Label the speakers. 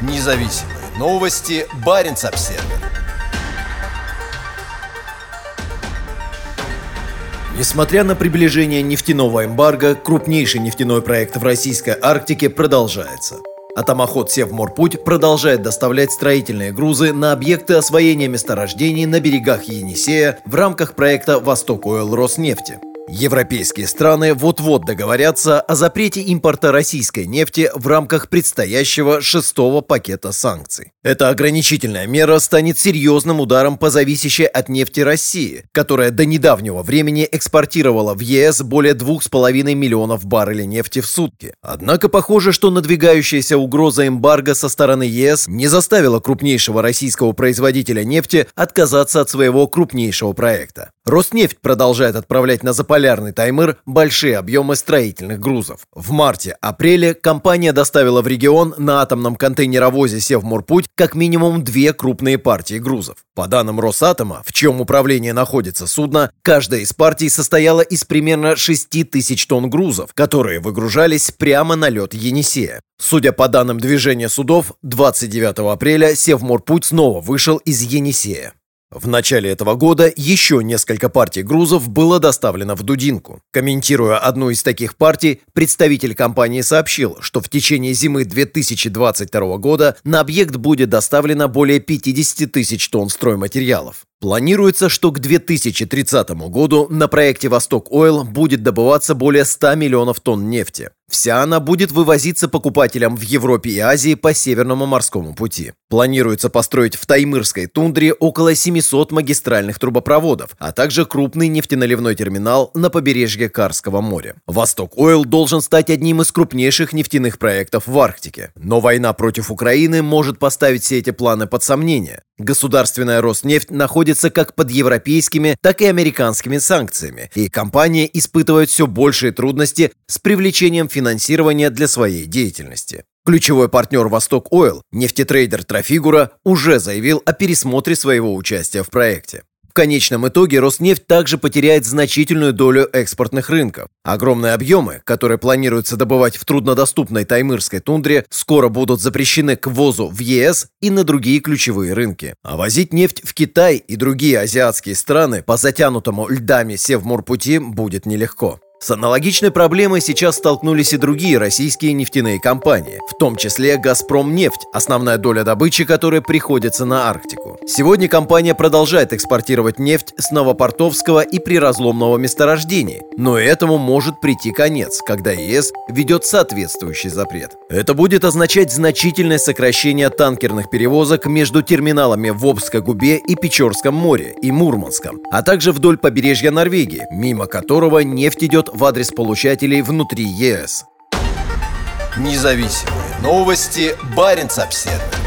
Speaker 1: Независимые новости. Баренц-Обсервер. Несмотря на приближение нефтяного эмбарго, крупнейший нефтяной проект в российской Арктике продолжается. Атомоход «Севморпуть» продолжает доставлять строительные грузы на объекты освоения месторождений на берегах Енисея в рамках проекта «Восток Ойл» Роснефти. Европейские страны вот-вот договорятся о запрете импорта российской нефти в рамках предстоящего 6-го пакета санкций. Эта ограничительная мера станет серьезным ударом по зависящей от нефти России, которая до недавнего времени экспортировала в ЕС более 2,5 миллионов баррелей нефти в сутки. Однако похоже, что надвигающаяся угроза эмбарго со стороны ЕС не заставила крупнейшего российского производителя нефти отказаться от своего крупнейшего проекта. Роснефть продолжает отправлять на заполярный Таймыр большие объемы строительных грузов. В марте-апреле компания доставила в регион на атомном контейнеровозе «Севморпуть» как минимум 2 крупные партии грузов. По данным Росатома, в чьем управлении находится судно, каждая из партий состояла из примерно 6 тысяч тонн грузов, которые выгружались прямо на лед Енисея. Судя по данным движения судов, 29 апреля «Севморпуть» снова вышел из Енисея. В начале этого года еще несколько партий грузов было доставлено в Дудинку. Комментируя одну из таких партий, представитель компании сообщил, что в течение зимы 2022 года на объект будет доставлено более 50 тысяч тонн стройматериалов. Планируется, что к 2030 году на проекте «Восток Ойл» будет добываться более 100 миллионов тонн нефти. Вся она будет вывозиться покупателям в Европе и Азии по Северному морскому пути. Планируется построить в Таймырской тундре около 700 магистральных трубопроводов, а также крупный нефтеналивной терминал на побережье Карского моря. «Восток Ойл» должен стать одним из крупнейших нефтяных проектов в Арктике. Но война против Украины может поставить все эти планы под сомнение. Государственная Роснефть находится как под европейскими, так и американскими санкциями, и компания испытывает все большие трудности с привлечением финансирования для своей деятельности. Ключевой партнер «Восток Ойл», нефтетрейдер Трафигура, уже заявил о пересмотре своего участия в проекте. В конечном итоге Роснефть также потеряет значительную долю экспортных рынков. Огромные объемы, которые планируется добывать в труднодоступной Таймырской тундре, скоро будут запрещены к ввозу в ЕС и на другие ключевые рынки. А возить нефть в Китай и другие азиатские страны по затянутому льдами Севморпути будет нелегко. С аналогичной проблемой сейчас столкнулись и другие российские нефтяные компании, в том числе «Газпромнефть», основная доля добычи которой приходится на Арктику. Сегодня компания продолжает экспортировать нефть с Новопортовского и приразломного месторождений, но этому может прийти конец, когда ЕС введет соответствующий запрет. Это будет означать значительное сокращение танкерных перевозок между терминалами в Обской губе и Печорском море и Мурманском, а также вдоль побережья Норвегии, мимо которого нефть идет в адрес получателей внутри ЕС. Независимые новости. Баренц-Обсервер.